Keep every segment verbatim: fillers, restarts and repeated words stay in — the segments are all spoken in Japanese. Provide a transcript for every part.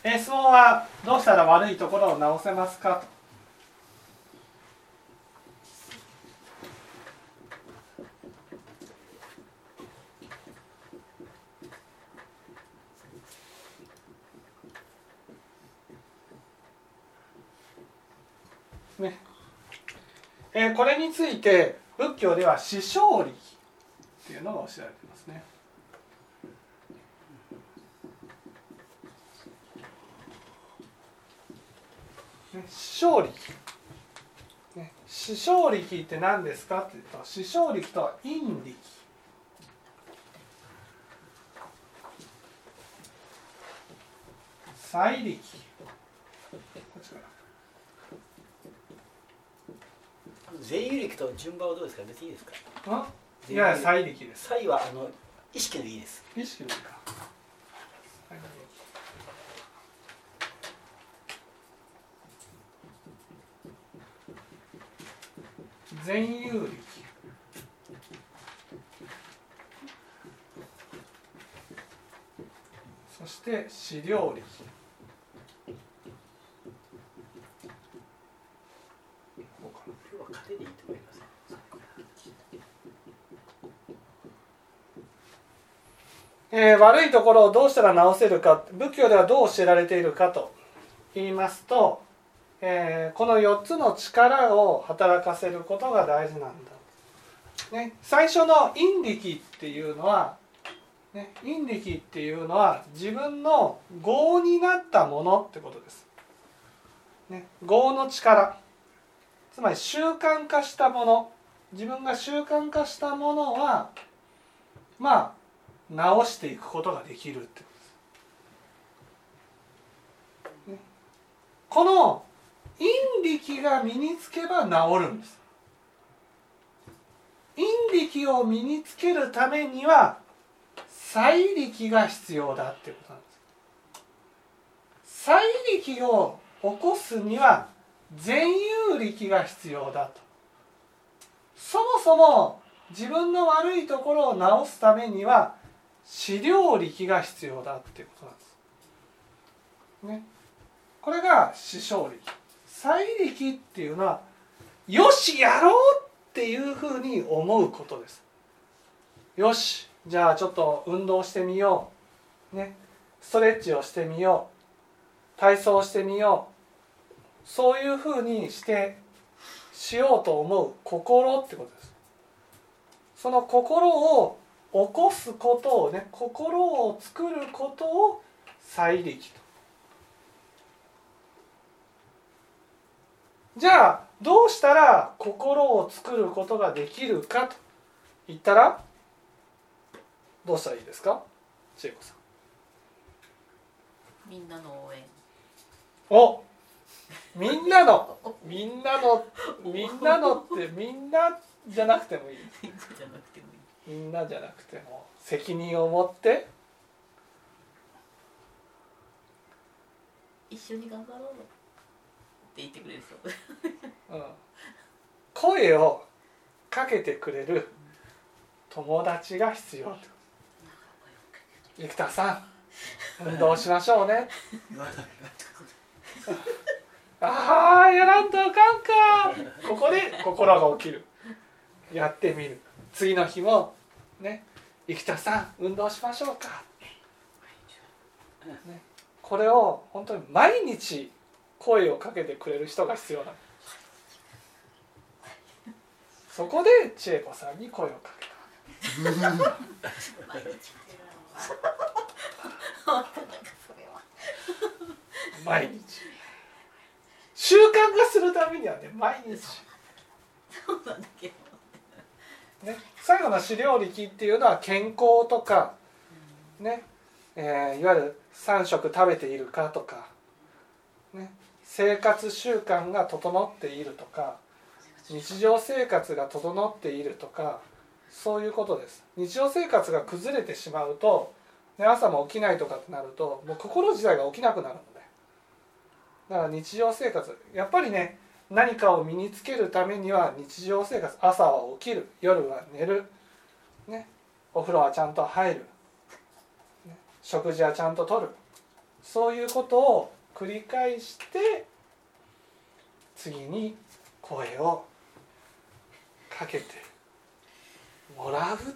えー、質問はどうしたら悪いところを直せますかと、ねえー、これについて仏教では四正力っていうのが教えられていますね。四正力、ね、四正力って何ですかっていうと、四正力とは陰力、彩力、 全有力と順番はどうですか？別にいいですか？ あ、いや彩力です。 彩はあの意識のいいです。 意識のいいか。全有力、そして資料力、 今日は家庭でいいと思います。 えー、悪いところをどうしたら直せるか、仏教ではどう教えられているかと言いますと、えー、このよっつの力を働かせることが大事なんだ、ね、最初の陰力っていうのは、ね、陰力っていうのは自分の業になったものってことです、ね、業の力、つまり習慣化したもの、自分が習慣化したものはまあ直していくことができるってことです、ね、この陰力が身につけば治るんです。陰力を身につけるためには彩力が必要だっていうことなんです。彩力を起こすには全有力が必要だと。そもそも自分の悪いところを直すためには資料力が必要だっていうことなんです、ね、これが四正力。彩力っていうのはよしやろうっていうふうに思うことです。よし、じゃあちょっと運動してみよう、ね、ストレッチをしてみよう、体操してみよう、そういうふうにしてしようと思う心ってことです。その心を起こすことをね、心を作ることを彩力と。じゃあどうしたら心を作ることができるかと言ったらどうしたらいいですか、千恵子さん。 みんなの応援。 お、みんなのみんなのみんなのってみんなじゃなくてもいい。 みんなじゃなくてもいい。 みんなじゃなくても責任を持って一緒に頑張ろうって言ってくれる人、 うん、声をかけてくれる友達が必要。生田さん運動しましょうねああやらんとあかんか。ここで心が起きる。やってみる。次の日もね、生田さん運動しましょうか、ね、これを本当に毎日声をかけてくれる人が必要なの。そこで千恵子さんに声をかけた毎日習慣化するためにはね、毎日そうなんだけど、 ね、最後の資料力っていうのは健康とか、ねえー、いわゆるさん食食べているかとか、ね、生活習慣が整っているとか、日常生活が整っているとか、そういうことです。日常生活が崩れてしまうと、ね、朝も起きないとかってなるともう心自体が起きなくなるので、だから日常生活やっぱりね、何かを身につけるためには日常生活、朝は起きる、夜は寝る、ね、お風呂はちゃんと入る、ね、食事はちゃんととる、 そういうことを繰り返して次に声をかけてもらうと。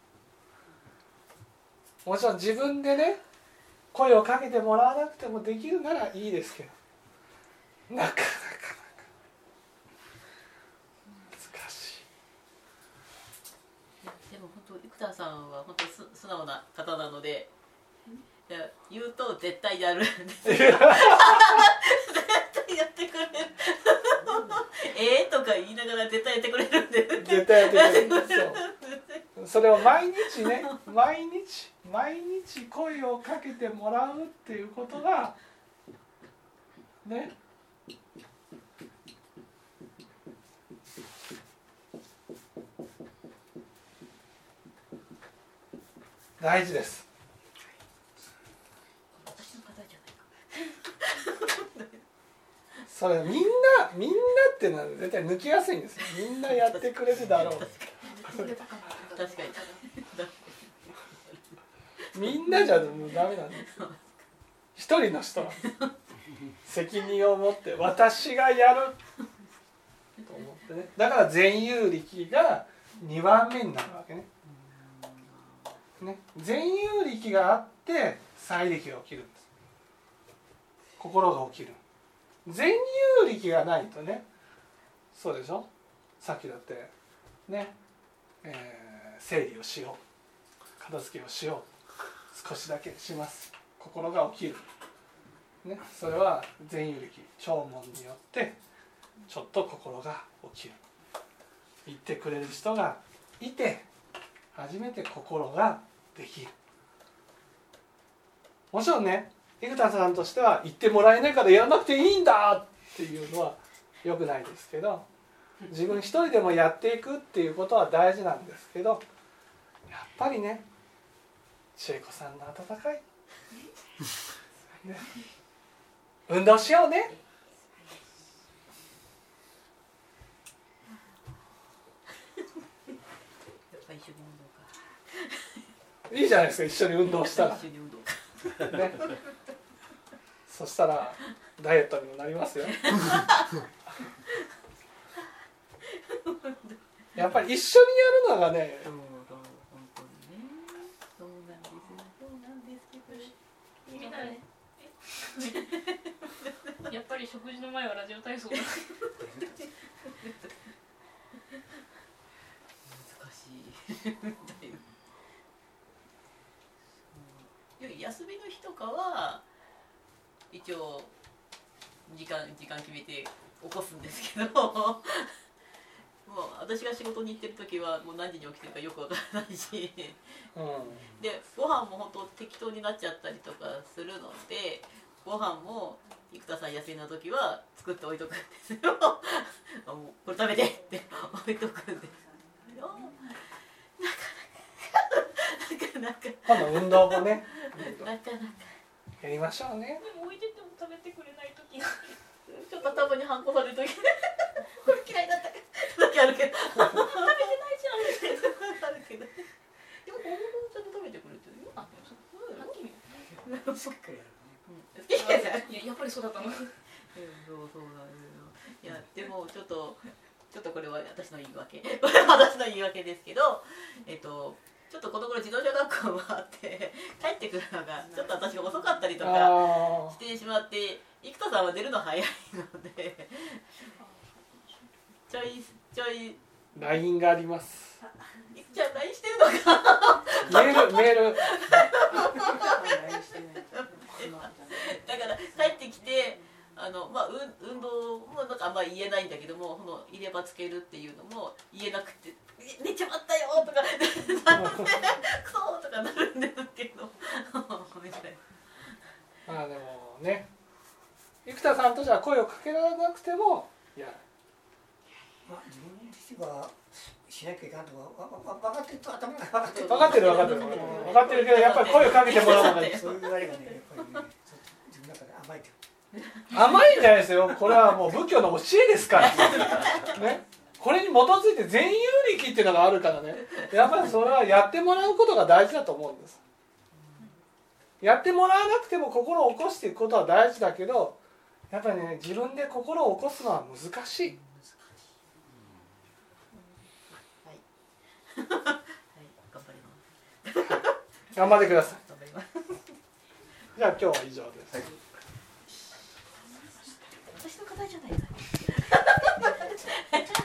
もちろん自分でね声をかけてもらわなくてもできるならいいですけど、なかなか難しい。 でも本当生田さんは本当に素直な方なので、いや言うと絶対やるんですよ。絶対やってくれる。えーとか言いながら絶対やってくれるんで。 絶対やってくれる。そう。それを毎日ね、毎日毎日声をかけてもらうっていうことがね。大事です。 私の方じゃないか。 それみんなみんなってのは絶対抜きやすいんですよ。みんなやってくれるだろう。 確かに。 みんなじゃもうダメなんです。一人の人は責任を持って私がやると思ってね。だから全有力がにばんめになるわけね。ね、全有力があって再力が起きるんです。心が起きる。全有力がないとね、そうでしょ。さっきだってね、えー、整理をしよう、片付けをしよう、少しだけします。心が起きる。ね、それは全有力、聴聞によってちょっと心が起きる。言ってくれる人がいて初めて心ができる。もちろんね、生田さんとしては言ってもらえないからやらなくていいんだっていうのは良くないですけど、自分一人でもやっていくっていうことは大事なんですけど、やっぱりね、千恵子さんの温かい、ね、運動しようね。いいじゃないですか、一緒に運動したら、ね、そしたらダイエットにもなりますよ。やっぱり一緒にやるのがね、 そうそう本当にね、そうなんですよ、そうなんですけど、 みんなね、やっぱり食事の前はラジオ体操だ。 難しい。休みの日とかは一応時間時間決めて起こすんですけど、もう私が仕事に行ってる時はもう何時に起きてるかよくわからないし、うん、でご飯も本当適当になっちゃったりとかするので、ご飯も生田さん休みの時は作っておいとくんですよ。もうこれ食べてって置いとくんですよ。なかなかなかなか今度運動もねなかなかやりましょうね。 でも置いてっても食べてくれない時がちょっと頭に反抗される時これ嫌いだった時あるけど食べてないじゃんみたいなあるけど、でも子供ちゃんと食べてくれてるよ。あ、そう、はっきりしっかりやるね。 いや、やっぱりそうだったの。 そうそうだよ。いやでもちょっとちょっとこれは私の言い訳これは私の言い訳ですけど、えっとちょっとこの頃自動車学校もあって帰ってくるのがちょっと私が遅かったりとかしてしまって、生田さんは出るの早いのでちょいちょいライン があります。 じゃあ ライン してるのかメールメールだから帰ってきてあの、まあ、運動もなんかあんまり言えないんだけども、この入れ歯つけるっていうのも言えなくて寝ちまったよとかクソとかなるんですけどみたいな。 まあでもね、生田さんとじゃあ声をかけられなくてもいや、 まあ、自分自身はしなきゃいかんとか分かってると頭が分かってる分かってる分かってる分かってるけど、やっぱり声をかけてもらわないと。 そういうあれがね、やっぱりね、自分の中で甘いと。 甘いんじゃないですよ。これはもう仏教の教えですからね。これに基づいて全有力っていうのがあるからね、やっぱりそれはやってもらうことが大事だと思うんです。 やってもらわなくても心を起こしていくことは大事だけど、やっぱりね自分で心を起こすのは難しい。 はいはい頑張ります頑張ってください。 頑張りますじゃあ今日は以上です。 はい、 私の課題じゃないか